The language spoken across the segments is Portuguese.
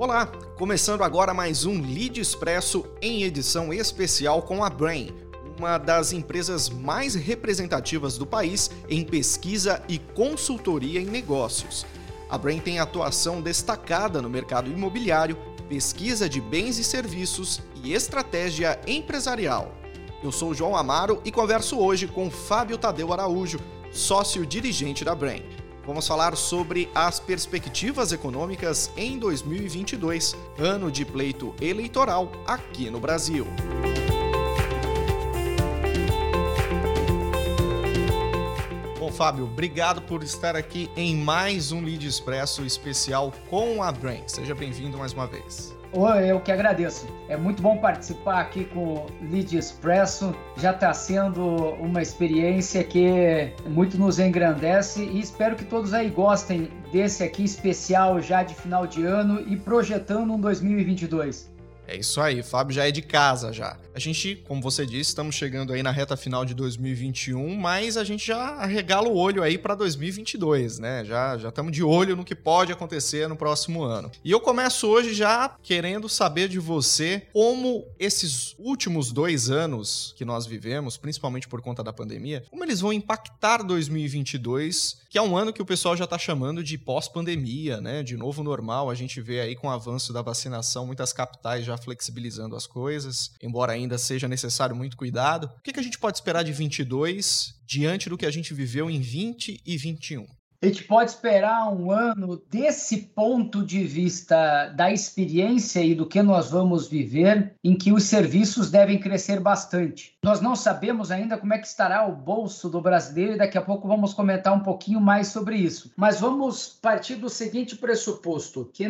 Olá, começando agora mais um Lead Expresso em edição especial com a Brain, uma das empresas mais representativas do país em pesquisa e consultoria em negócios. A Brain tem atuação destacada no mercado imobiliário, pesquisa de bens e serviços e estratégia empresarial. Eu sou o João Amaro e converso hoje com Fábio Tadeu Araújo, sócio-dirigente da Brain. Vamos falar sobre as perspectivas econômicas em 2022, ano de pleito eleitoral aqui no Brasil. Bom, Fábio, obrigado por estar aqui em mais um Lead Expresso especial com a Brain. Seja bem-vindo mais uma vez. Eu que agradeço. É muito bom participar aqui com o Lead Expresso. Já está sendo uma experiência que muito nos engrandece e espero que todos aí gostem desse aqui especial já de final de ano e projetando um 2022. É isso aí, Fábio já é de casa já. A gente, como você disse, estamos chegando aí na reta final de 2021, mas a gente já arregala o olho aí para 2022, né? Já estamos de olho no que pode acontecer no próximo ano. E eu começo hoje já querendo saber de você como esses últimos 2 anos que nós vivemos, principalmente por conta da pandemia, como eles vão impactar 2022, que é um ano que o pessoal já está chamando de pós-pandemia, né? De novo normal, a gente vê aí com o avanço da vacinação, muitas capitais já flexibilizando as coisas, embora ainda seja necessário muito cuidado. O que a gente pode esperar de 22 diante do que a gente viveu em 20 e 21? A gente pode esperar um ano desse ponto de vista da experiência e do que nós vamos viver, em que os serviços devem crescer bastante. Nós não sabemos ainda como é que estará o bolso do brasileiro e daqui a pouco vamos comentar um pouquinho mais sobre isso. Mas vamos partir do seguinte pressuposto, que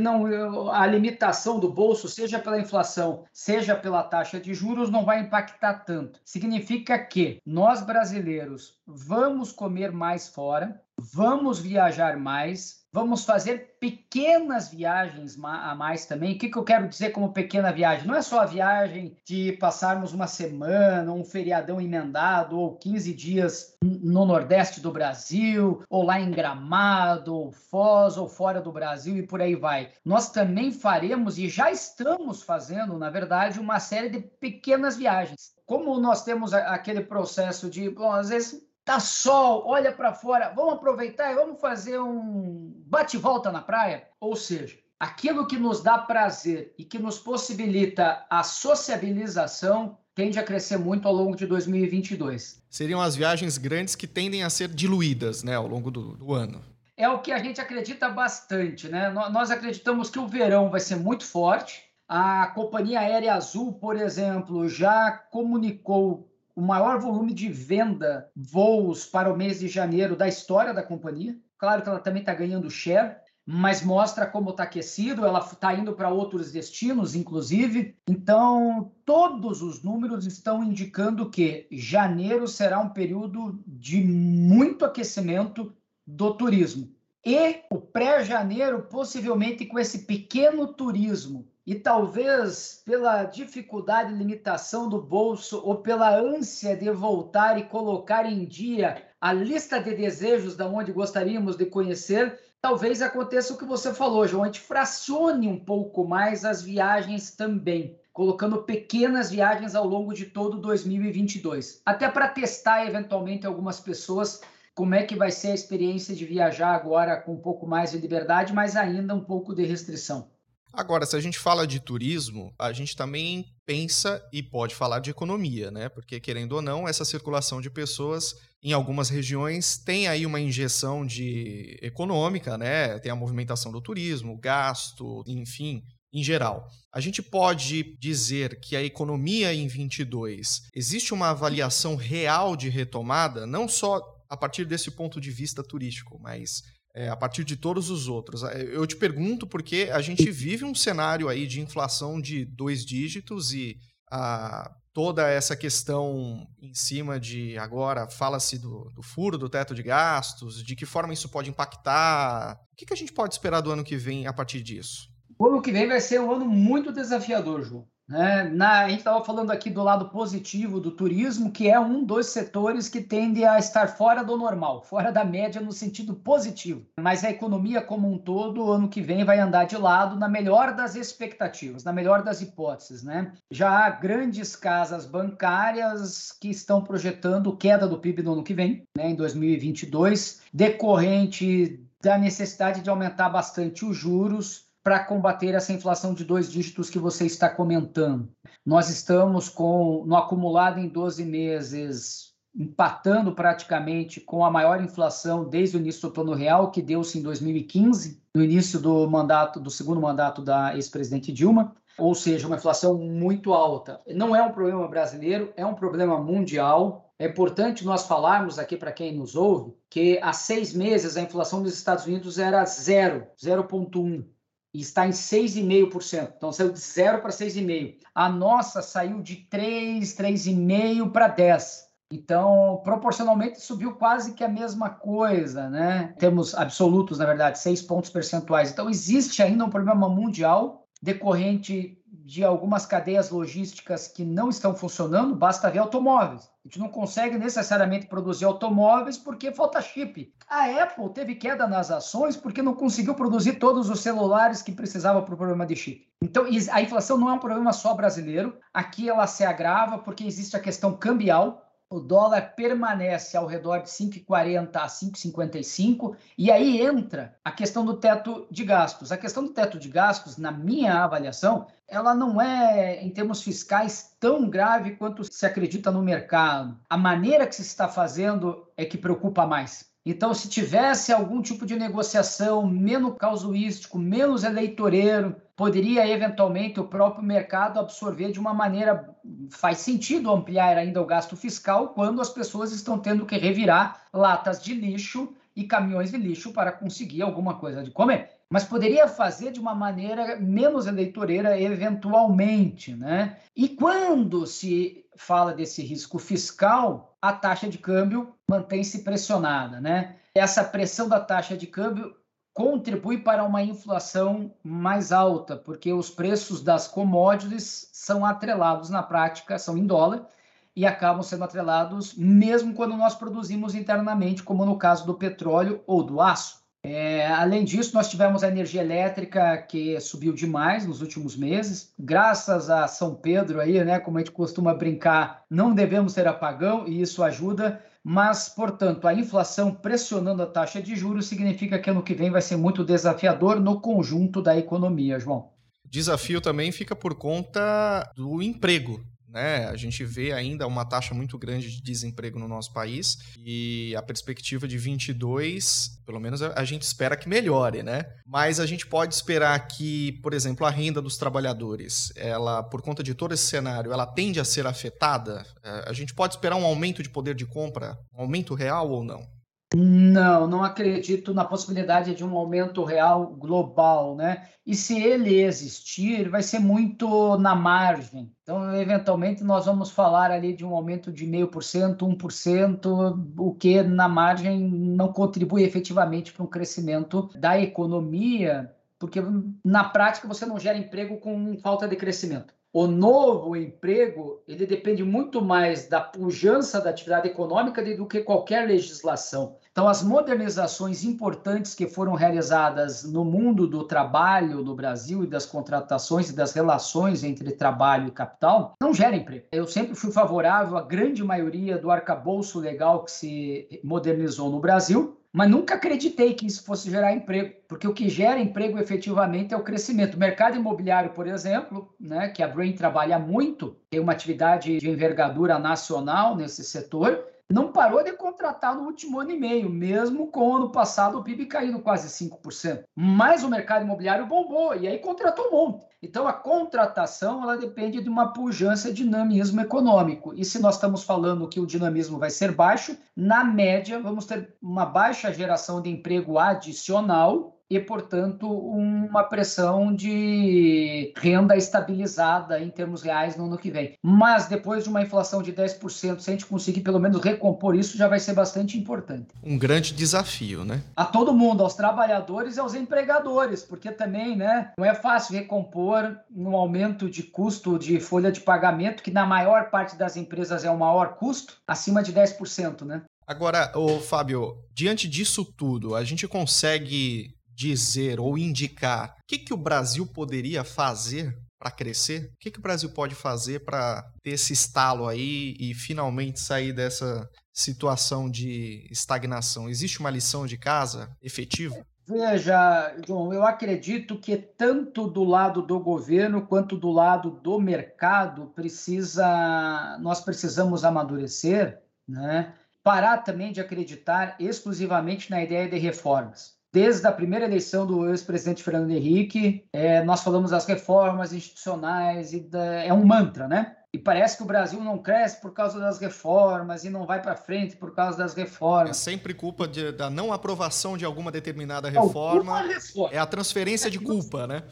a limitação do bolso, seja pela inflação, seja pela taxa de juros, não vai impactar tanto. Significa que nós brasileiros vamos comer mais fora, vamos viajar mais, vamos fazer pequenas viagens a mais também. O que eu quero dizer como pequena viagem? Não é só a viagem de passarmos uma semana, um feriadão emendado, ou 15 dias no Nordeste do Brasil, ou lá em Gramado, ou Foz, ou fora do Brasil e por aí vai. Nós também faremos, e já estamos fazendo, na verdade, uma série de pequenas viagens. Como nós temos aquele processo de, às vezes, tá sol, olha para fora, vamos aproveitar e vamos fazer um bate-volta na praia? Ou seja, aquilo que nos dá prazer e que nos possibilita a sociabilização tende a crescer muito ao longo de 2022. Seriam as viagens grandes que tendem a ser diluídas, né, ao longo do ano. É o que a gente acredita bastante, né? Nós acreditamos que o verão vai ser muito forte. A Companhia Aérea Azul, por exemplo, já comunicou o maior volume de venda voos para o mês de janeiro da história da companhia. Claro que ela também está ganhando share, mas mostra como está aquecido, ela está indo para outros destinos, inclusive. Então, todos os números estão indicando que janeiro será um período de muito aquecimento do turismo. E o pré-janeiro, possivelmente com esse pequeno turismo, e talvez pela dificuldade e limitação do bolso ou pela ânsia de voltar e colocar em dia a lista de desejos da onde gostaríamos de conhecer, talvez aconteça o que você falou, João, a gente fracione um pouco mais as viagens também, colocando pequenas viagens ao longo de todo 2022, até para testar eventualmente algumas pessoas como é que vai ser a experiência de viajar agora com um pouco mais de liberdade, mas ainda um pouco de restrição. Agora, se a gente fala de turismo, a gente também pensa e pode falar de economia, né? Porque, querendo ou não, essa circulação de pessoas em algumas regiões tem aí uma injeção econômica, né? Tem a movimentação do turismo, gasto, enfim, em geral. A gente pode dizer que a economia em 22, existe uma avaliação real de retomada, não só a partir desse ponto de vista turístico, mas a partir de todos os outros. Eu te pergunto porque a gente vive um cenário aí de inflação de 2 dígitos e toda essa questão em cima de, agora fala-se do furo do teto de gastos, de que forma isso pode impactar. O que a gente pode esperar do ano que vem a partir disso? O ano que vem vai ser um ano muito desafiador, João. né? A gente estava falando aqui do lado positivo do turismo, que é um dos setores que tende a estar fora do normal, fora da média no sentido positivo. Mas a economia como um todo, ano que vem, vai andar de lado na melhor das expectativas, na melhor das hipóteses, né? Já há grandes casas bancárias que estão projetando queda do PIB no ano que vem, né, em 2022, decorrente da necessidade de aumentar bastante os juros para combater essa inflação de 2 dígitos que você está comentando. Nós estamos no acumulado em 12 meses, empatando praticamente com a maior inflação desde o início do Plano Real, que deu-se em 2015, no início do segundo mandato da ex-presidente Dilma, ou seja, uma inflação muito alta. Não é um problema brasileiro, é um problema mundial. É importante nós falarmos aqui para quem nos ouve que há 6 meses a inflação dos Estados Unidos era 0,1%. E está em 6,5%. Então, saiu de 0 para 6,5%. A nossa saiu de 3, 3,5% para 10%. Então, proporcionalmente, subiu quase que a mesma coisa, né? Temos absolutos, na verdade, 6 pontos percentuais. Então, existe ainda um problema mundial decorrente de algumas cadeias logísticas que não estão funcionando, basta ver automóveis. A gente não consegue necessariamente produzir automóveis porque falta chip. A Apple teve queda nas ações porque não conseguiu produzir todos os celulares que precisava para o problema de chip. Então, a inflação não é um problema só brasileiro. Aqui ela se agrava porque existe a questão cambial. O dólar permanece ao redor de 5,40 a 5,55, e aí entra a questão do teto de gastos. A questão do teto de gastos, na minha avaliação, ela não é, em termos fiscais, tão grave quanto se acredita no mercado. A maneira que se está fazendo é que preocupa mais. Então, se tivesse algum tipo de negociação menos casuístico, menos eleitoreiro, poderia, eventualmente, o próprio mercado absorver de uma maneira... Faz sentido ampliar ainda o gasto fiscal quando as pessoas estão tendo que revirar latas de lixo e caminhões de lixo para conseguir alguma coisa de comer. Mas poderia fazer de uma maneira menos eleitoreira, eventualmente, né? E quando se fala desse risco fiscal, a taxa de câmbio mantém-se pressionada, né? Essa pressão da taxa de câmbio contribui para uma inflação mais alta, porque os preços das commodities são atrelados na prática, são em dólar, e acabam sendo atrelados mesmo quando nós produzimos internamente, como no caso do petróleo ou do aço. Além disso, nós tivemos a energia elétrica que subiu demais nos últimos meses, graças a São Pedro aí, né, como a gente costuma brincar, não devemos ter apagão e isso ajuda, mas, portanto, a inflação pressionando a taxa de juros significa que ano que vem vai ser muito desafiador no conjunto da economia, João. Desafio também fica por conta do emprego, né? A gente vê ainda uma taxa muito grande de desemprego no nosso país e a perspectiva de 22, pelo menos a gente espera que melhore, né? Mas a gente pode esperar que, por exemplo, a renda dos trabalhadores, ela, por conta de todo esse cenário, ela tende a ser afetada? A gente pode esperar um aumento de poder de compra, um aumento real ou não? Não acredito na possibilidade de um aumento real global, né? E se ele existir, vai ser muito na margem. Então, eventualmente, nós vamos falar ali de um aumento de 0,5%, 1%, o que na margem não contribui efetivamente para um crescimento da economia, porque na prática você não gera emprego com falta de crescimento. O novo emprego, ele depende muito mais da pujança da atividade econômica do que qualquer legislação. Então, as modernizações importantes que foram realizadas no mundo do trabalho no Brasil e das contratações e das relações entre trabalho e capital não geram emprego. Eu sempre fui favorável à grande maioria do arcabouço legal que se modernizou no Brasil, mas nunca acreditei que isso fosse gerar emprego, porque o que gera emprego efetivamente é o crescimento. O mercado imobiliário, por exemplo, né, que a Brain trabalha muito, tem uma atividade de envergadura nacional nesse setor, não parou de contratar no último ano e meio, mesmo com o ano passado o PIB caindo quase 5%. Mas o mercado imobiliário bombou e aí contratou um monte. Então, a contratação ela depende de uma pujança, dinamismo econômico. E se nós estamos falando que o dinamismo vai ser baixo, na média, vamos ter uma baixa geração de emprego adicional e, portanto, uma pressão de renda estabilizada em termos reais no ano que vem. Mas depois de uma inflação de 10%, se a gente conseguir pelo menos recompor isso, já vai ser bastante importante. Um grande desafio, né? A todo mundo, aos trabalhadores e aos empregadores, porque também, né, não é fácil recompor um aumento de custo de folha de pagamento, que na maior parte das empresas é o maior custo, acima de 10%, né? Agora, Fábio, diante disso tudo, a gente consegue dizer ou indicar o que o Brasil poderia fazer para crescer? O que o Brasil pode fazer para ter esse estalo aí e finalmente sair dessa situação de estagnação? Existe uma lição de casa efetiva? Veja, João, eu acredito que tanto do lado do governo quanto do lado do mercado nós precisamos amadurecer, né? Parar também de acreditar exclusivamente na ideia de reformas. Desde a primeira eleição do ex-presidente Fernando Henrique, nós falamos das reformas institucionais, é um mantra, né? E parece que o Brasil não cresce por causa das reformas e não vai para frente por causa das reformas. É sempre culpa da não aprovação de alguma determinada reforma. É a transferência de culpa, né?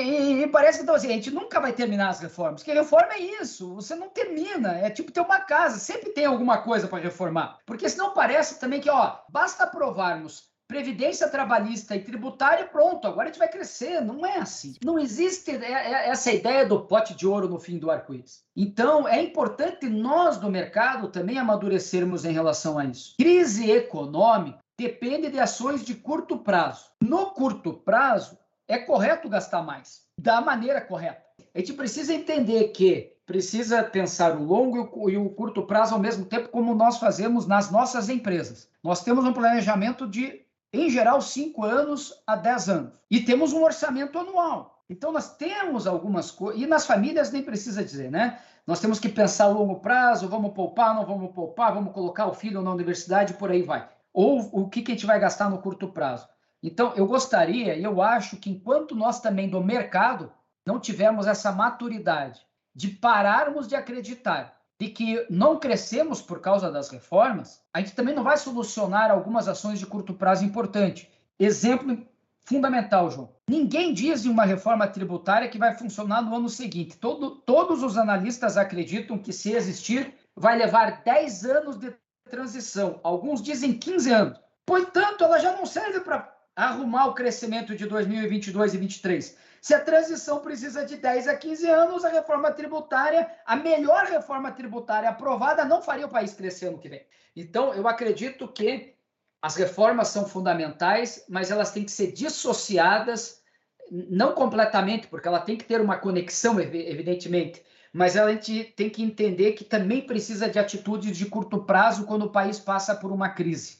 E parece que então, assim, a gente nunca vai terminar as reformas, porque reforma é isso, você não termina, é tipo ter uma casa, sempre tem alguma coisa para reformar. Porque senão parece também que, basta aprovarmos previdência trabalhista e tributária, pronto, agora a gente vai crescer. Não é assim. Não existe essa ideia do pote de ouro no fim do arco-íris. Então, é importante nós do mercado também amadurecermos em relação a isso. Crise econômica depende de ações de curto prazo. No curto prazo, é correto gastar mais, da maneira correta. A gente precisa entender que precisa pensar o longo e o curto prazo ao mesmo tempo, como nós fazemos nas nossas empresas. Nós temos um planejamento de, em geral, 5 anos a 10 anos. E temos um orçamento anual. Então, nós temos algumas coisas... E nas famílias nem precisa dizer, né? Nós temos que pensar a longo prazo, vamos poupar, não vamos poupar, vamos colocar o filho na universidade, por aí vai. Ou o que a gente vai gastar no curto prazo. Então, eu gostaria, e eu acho que enquanto nós também do mercado não tivermos essa maturidade de pararmos de acreditar de que não crescemos por causa das reformas, a gente também não vai solucionar algumas ações de curto prazo importantes. Exemplo fundamental, João. Ninguém diz em uma reforma tributária que vai funcionar no ano seguinte. Todos os analistas acreditam que, se existir, vai levar 10 anos de transição. Alguns dizem 15 anos. Portanto, ela já não serve para arrumar o crescimento de 2022 e 2023. Se a transição precisa de 10 a 15 anos, a reforma tributária, a melhor reforma tributária aprovada, não faria o país crescer ano que vem. Então, eu acredito que as reformas são fundamentais, mas elas têm que ser dissociadas, não completamente, porque ela tem que ter uma conexão, evidentemente, mas a gente tem que entender que também precisa de atitudes de curto prazo quando o país passa por uma crise.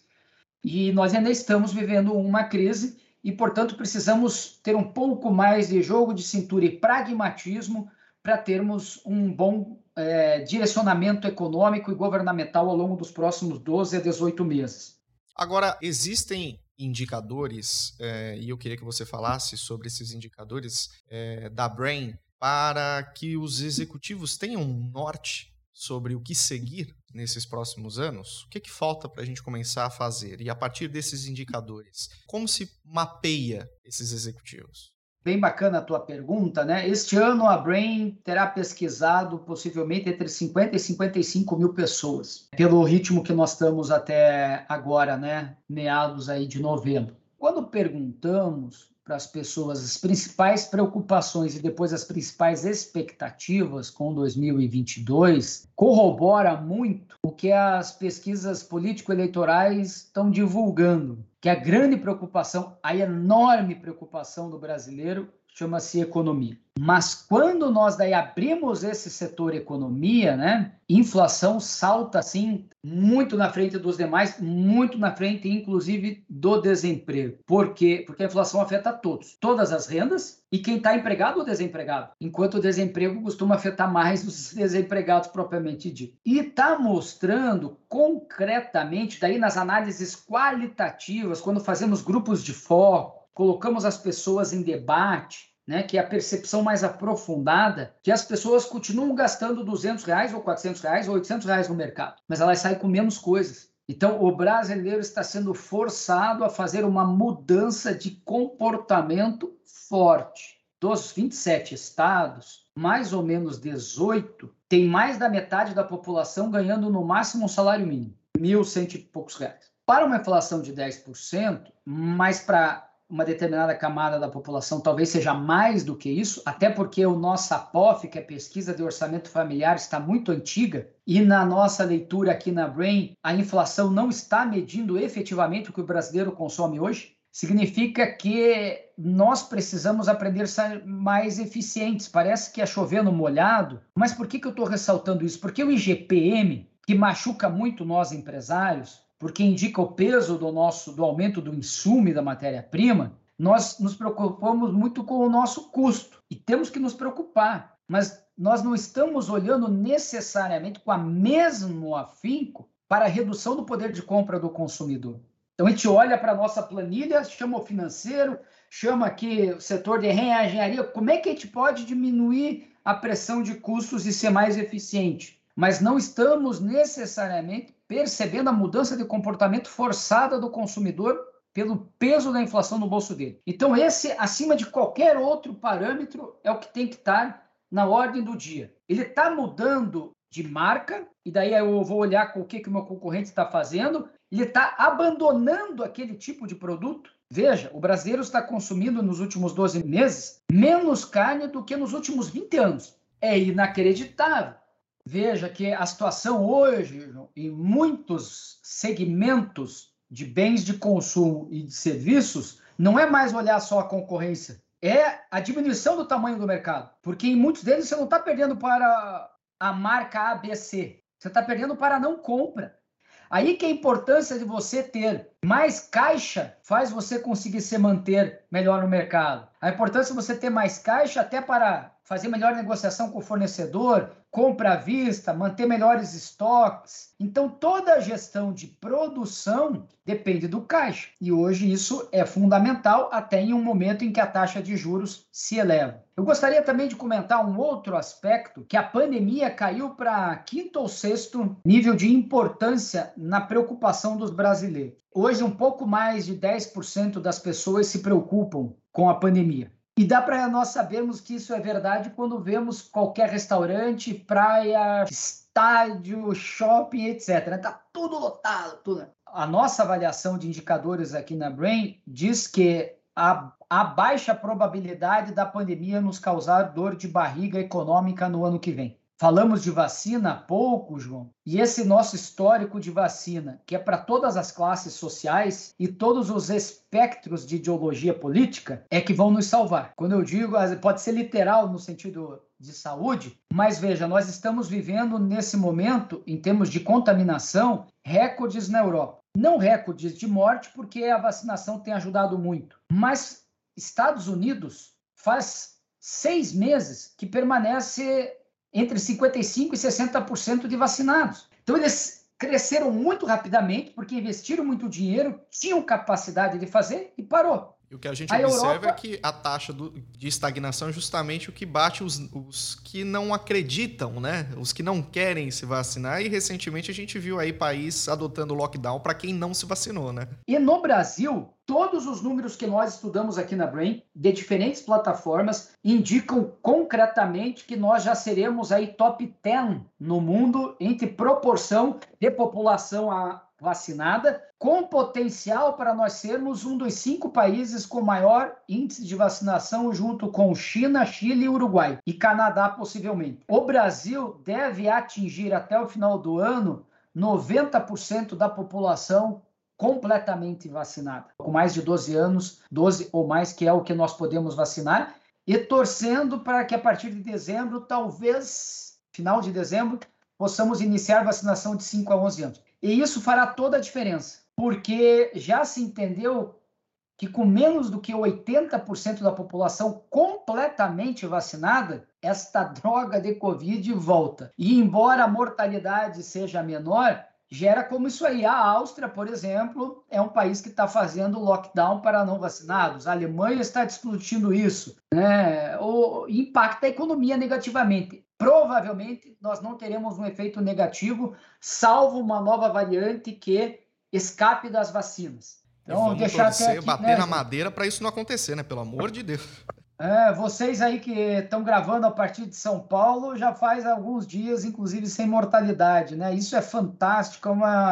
E nós ainda estamos vivendo uma crise e, portanto, precisamos ter um pouco mais de jogo de cintura e pragmatismo para termos um bom direcionamento econômico e governamental ao longo dos próximos 12 a 18 meses. Agora, existem indicadores, e eu queria que você falasse sobre esses indicadores da Brain, para que os executivos tenham um norte sobre o que seguir nesses próximos anos. O que falta para a gente começar a fazer? E a partir desses indicadores, como se mapeia esses executivos? Bem bacana a tua pergunta, né? Este ano a Brain terá pesquisado possivelmente entre 50 e 55 mil pessoas, pelo ritmo que nós estamos até agora, né? Meados aí de novembro. Quando perguntamos para as pessoas as principais preocupações e depois as principais expectativas com 2022, corrobora muito o que as pesquisas político-eleitorais estão divulgando, que a grande preocupação, a enorme preocupação do brasileiro chama-se economia. Mas quando nós daí abrimos esse setor economia, né, inflação salta assim muito na frente dos demais, muito na frente inclusive do desemprego. Por quê? Porque a inflação afeta todos, todas as rendas e quem está empregado ou desempregado, enquanto o desemprego costuma afetar mais os desempregados propriamente dito. E está mostrando concretamente, daí nas análises qualitativas, quando fazemos grupos de foco, colocamos as pessoas em debate, né, que é a percepção mais aprofundada, que as pessoas continuam gastando R$200 ou R$400 ou R$800 no mercado, mas elas saem com menos coisas. Então, o brasileiro está sendo forçado a fazer uma mudança de comportamento forte. Dos 27 estados, mais ou menos 18, tem mais da metade da população ganhando no máximo um salário mínimo, 1.100 e poucos reais. Para uma inflação de 10%, mas para uma determinada camada da população talvez seja mais do que isso, até porque o nosso APOF, que é a Pesquisa de Orçamento Familiar, está muito antiga, e na nossa leitura aqui na Brain, a inflação não está medindo efetivamente o que o brasileiro consome hoje. Significa que nós precisamos aprender a ser mais eficientes. Parece que é chover no molhado, mas por que eu estou ressaltando isso? Porque o IGPM, que machuca muito nós empresários, porque indica o peso do aumento do insumo e da matéria-prima, nós nos preocupamos muito com o nosso custo e temos que nos preocupar, mas nós não estamos olhando necessariamente com a mesmo afinco para a redução do poder de compra do consumidor. Então, a gente olha para a nossa planilha, chama o financeiro, chama aqui o setor de reengenharia, como é que a gente pode diminuir a pressão de custos e ser mais eficiente? Mas não estamos necessariamente percebendo a mudança de comportamento forçada do consumidor pelo peso da inflação no bolso dele. Então, esse, acima de qualquer outro parâmetro, é o que tem que estar na ordem do dia. Ele está mudando de marca, e daí eu vou olhar com o que o meu concorrente está fazendo, ele está abandonando aquele tipo de produto. Veja, o brasileiro está consumindo nos últimos 12 meses menos carne do que nos últimos 20 anos. É inacreditável. Veja que a situação hoje, em muitos segmentos de bens de consumo e de serviços, não é mais olhar só a concorrência, é a diminuição do tamanho do mercado. Porque em muitos deles você não está perdendo para a marca ABC, você está perdendo para a não compra. Aí que a importância de você ter mais caixa faz você conseguir se manter melhor no mercado. A importância de você ter mais caixa até para fazer melhor negociação com o fornecedor, compra à vista, manter melhores estoques. Então, toda a gestão de produção depende do caixa. E hoje isso é fundamental até em um momento em que a taxa de juros se eleva. Eu gostaria também de comentar um outro aspecto, que a pandemia caiu para quinto ou sexto nível de importância na preocupação dos brasileiros. Hoje, um pouco mais de 10% das pessoas se preocupam com a pandemia. E dá para nós sabermos que isso é verdade quando vemos qualquer restaurante, praia, estádio, shopping, etc. Está tudo lotado. Tudo. A nossa avaliação de indicadores aqui na Brain diz que há baixa probabilidade da pandemia nos causar dor de barriga econômica no ano que vem. Falamos de vacina há pouco, João, e esse nosso histórico de vacina, que é para todas as classes sociais e todos os espectros de ideologia política, é que vão nos salvar. Quando eu digo, pode ser literal no sentido de saúde, mas veja, nós estamos vivendo nesse momento, em termos de contaminação, recordes na Europa. Não recordes de morte, porque a vacinação tem ajudado muito, mas Estados Unidos faz 6 meses que permanece entre 55% e 60% de vacinados. Então, eles cresceram muito rapidamente, porque investiram muito dinheiro, tinham capacidade de fazer e parou. E o que a gente observa é que a taxa de estagnação é justamente o que bate os que não acreditam, né? Os que não querem se vacinar. E recentemente a gente viu aí país adotando lockdown para quem não se vacinou, né? E no Brasil, todos os números que nós estudamos aqui na Brain, de diferentes plataformas, indicam concretamente que nós já seremos aí top 10 no mundo entre proporção de população vacinada, com potencial para nós sermos um dos 5 países com maior índice de vacinação, junto com China, Chile, Uruguai e Canadá, possivelmente. O Brasil deve atingir até o final do ano 90% da população completamente vacinada, com mais de 12 anos, 12 ou mais, que é o que nós podemos vacinar, e torcendo para que a partir de dezembro, talvez, final de dezembro, possamos iniciar vacinação de 5 a 11 anos. E isso fará toda a diferença, porque já se entendeu que com menos do que 80% da população completamente vacinada, esta droga de Covid volta. E embora a mortalidade seja menor, gera como isso aí. A Áustria, por exemplo, é um país que está fazendo lockdown para não vacinados. A Alemanha está discutindo isso, né? Impacta a economia negativamente. provavelmente nós não teremos um efeito negativo, salvo uma nova variante que escape das vacinas. Então, vamos deixar torcer, até aqui, bater na madeira para isso não acontecer, né? Pelo amor de Deus. Vocês aí que estão gravando a partir de São Paulo já faz alguns dias, inclusive sem mortalidade, né? Isso é fantástico,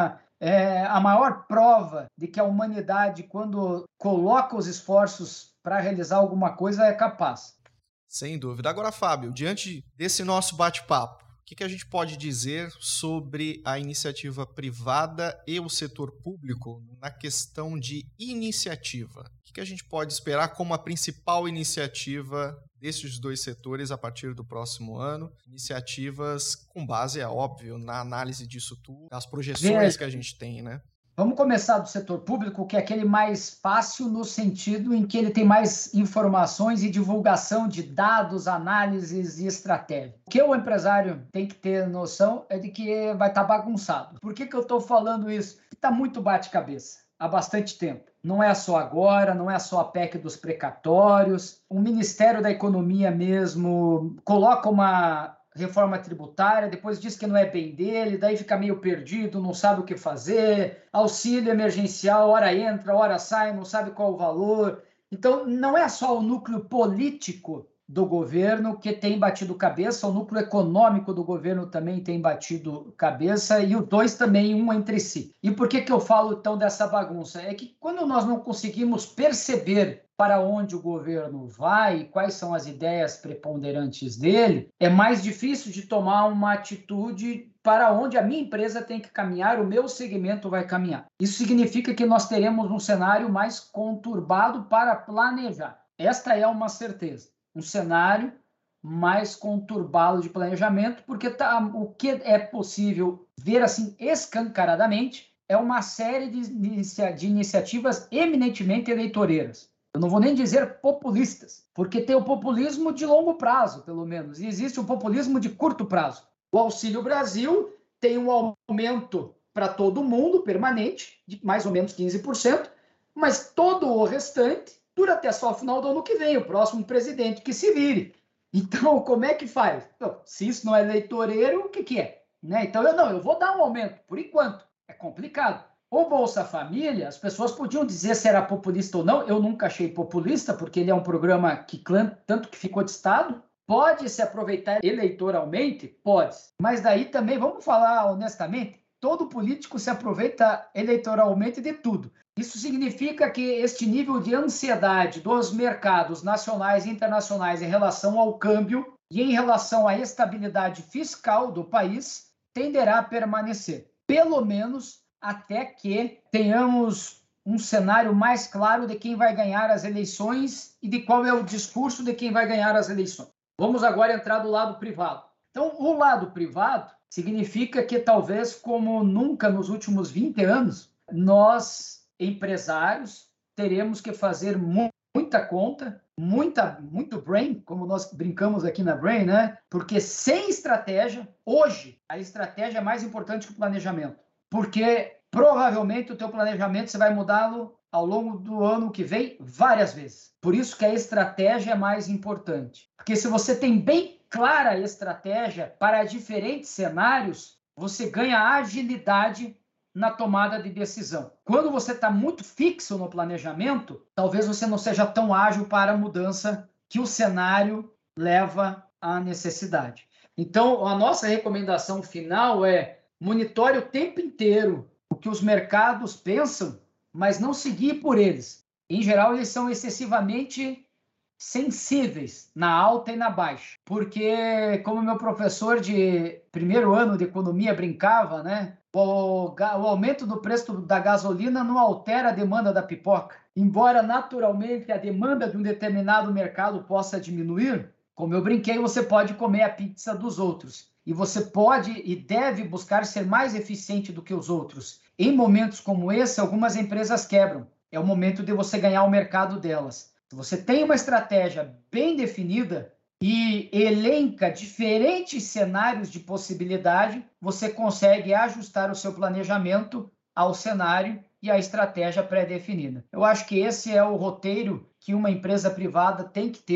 a maior prova de que a humanidade, quando coloca os esforços para realizar alguma coisa, é capaz. Sem dúvida. Agora, Fábio, diante desse nosso bate-papo, o que a gente pode dizer sobre a iniciativa privada e o setor público na questão de iniciativa? O que a gente pode esperar como a principal iniciativa desses dois setores a partir do próximo ano? Iniciativas com base, é óbvio, na análise disso tudo, das projeções que a gente tem, né? Vamos começar do setor público, que é aquele mais fácil no sentido em que ele tem mais informações e divulgação de dados, análises e estratégia. O que o empresário tem que ter noção é de que vai estar bagunçado. Por que eu estou falando isso? Está muito bate-cabeça há bastante tempo. Não é só agora, não é só a PEC dos precatórios. O Ministério da Economia mesmo coloca uma reforma tributária, depois diz que não é bem dele, daí fica meio perdido, não sabe o que fazer, auxílio emergencial, hora entra, hora sai, não sabe qual o valor. Então, não é só o núcleo político do governo que tem batido cabeça, o núcleo econômico do governo também tem batido cabeça, e os dois também, um entre si. E por que eu falo, então, dessa bagunça? É que quando nós não conseguimos perceber para onde o governo vai, quais são as ideias preponderantes dele, é mais difícil de tomar uma atitude para onde a minha empresa tem que caminhar, o meu segmento vai caminhar. Isso significa que nós teremos um cenário mais conturbado para planejar. Esta é uma certeza. Um cenário mais conturbado de planejamento, porque o que é possível ver assim escancaradamente é uma série de iniciativas eminentemente eleitoreiras. Eu não vou nem dizer populistas, porque tem o populismo de longo prazo, pelo menos, e existe o populismo de curto prazo. O Auxílio Brasil tem um aumento para todo mundo, permanente, de mais ou menos 15%, mas todo o restante dura até só o final do ano que vem, o próximo presidente que se vire. Então, como é que faz? Então, se isso não é eleitoreiro, o que é? Né? Então, eu vou dar um aumento, por enquanto. É complicado. O Bolsa Família, as pessoas podiam dizer se era populista ou não. Eu nunca achei populista, porque ele é um programa que, tanto que ficou de Estado, pode se aproveitar eleitoralmente? Pode. Mas daí também, vamos falar honestamente, todo político se aproveita eleitoralmente de tudo. Isso significa que este nível de ansiedade dos mercados nacionais e internacionais em relação ao câmbio e em relação à estabilidade fiscal do país tenderá a permanecer. Pelo menos até que tenhamos um cenário mais claro de quem vai ganhar as eleições e de qual é o discurso de quem vai ganhar as eleições. Vamos agora entrar do lado privado. Então, o lado privado significa que talvez, como nunca nos últimos 20 anos, nós, empresários, teremos que fazer muita conta, muito brain, como nós brincamos aqui na Brain, né? Porque sem estratégia, hoje, a estratégia é mais importante que o planejamento. Porque provavelmente o teu planejamento você vai mudá-lo ao longo do ano que vem várias vezes. Por isso que a estratégia é mais importante. Porque se você tem bem clara a estratégia para diferentes cenários, você ganha agilidade na tomada de decisão. Quando você está muito fixo no planejamento, talvez você não seja tão ágil para a mudança que o cenário leva à necessidade. Então, a nossa recomendação final é: monitore o tempo inteiro o que os mercados pensam, mas não seguir por eles. Em geral, eles são excessivamente sensíveis na alta e na baixa. Porque, como meu professor de primeiro ano de economia brincava, né? O aumento do preço da gasolina não altera a demanda da pipoca. Embora, naturalmente, a demanda de um determinado mercado possa diminuir, como eu brinquei, você pode comer a pizza dos outros. E você pode e deve buscar ser mais eficiente do que os outros. Em momentos como esse, algumas empresas quebram. É o momento de você ganhar o mercado delas. Se você tem uma estratégia bem definida e elenca diferentes cenários de possibilidade, você consegue ajustar o seu planejamento ao cenário e à estratégia pré-definida. Eu acho que esse é o roteiro que uma empresa privada tem que ter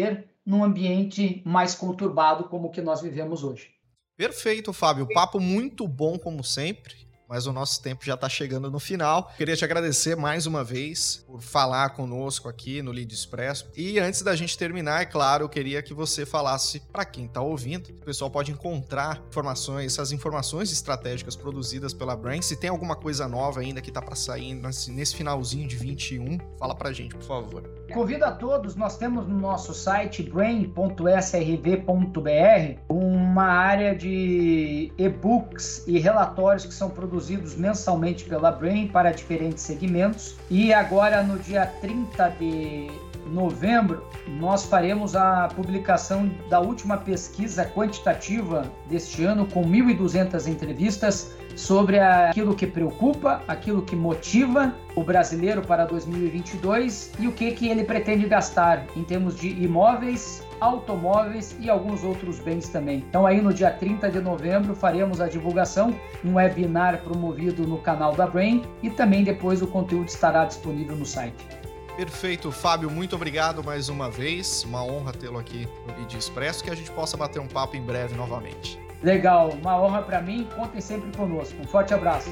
num ambiente mais conturbado como o que nós vivemos hoje. Perfeito, Fábio. Papo muito bom, como sempre. Mas o nosso tempo já está chegando no final. Queria te agradecer mais uma vez por falar conosco aqui no Lead Expresso. E antes da gente terminar, é claro, eu queria que você falasse para quem está ouvindo. O pessoal pode encontrar essas informações estratégicas produzidas pela Brain. Se tem alguma coisa nova ainda que está para sair nesse finalzinho de 21, fala para a gente, por favor. Convido a todos, nós temos no nosso site brain.srv.br uma área de e-books e relatórios que são produzidos mensalmente pela Brain para diferentes segmentos. E agora, no dia 30 de novembro, nós faremos a publicação da última pesquisa quantitativa deste ano, com 1.200 entrevistas sobre aquilo que preocupa, aquilo que motiva o brasileiro para 2022 e o que ele pretende gastar em termos de imóveis, automóveis e alguns outros bens também. Então aí no dia 30 de novembro faremos a divulgação, um webinar promovido no canal da Brain e também depois o conteúdo estará disponível no site. Perfeito, Fábio, muito obrigado mais uma vez, uma honra tê-lo aqui no Lead Expresso, que a gente possa bater um papo em breve novamente. Legal, uma honra para mim, contem sempre conosco. Um forte abraço.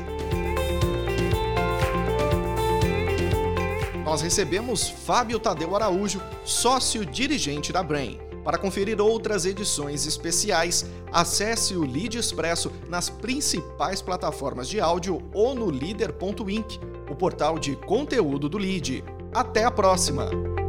Nós recebemos Fábio Tadeu Araújo, sócio-dirigente da Brain. Para conferir outras edições especiais, acesse o Lead Expresso nas principais plataformas de áudio ou no leader.inc, o portal de conteúdo do Lead. Até a próxima!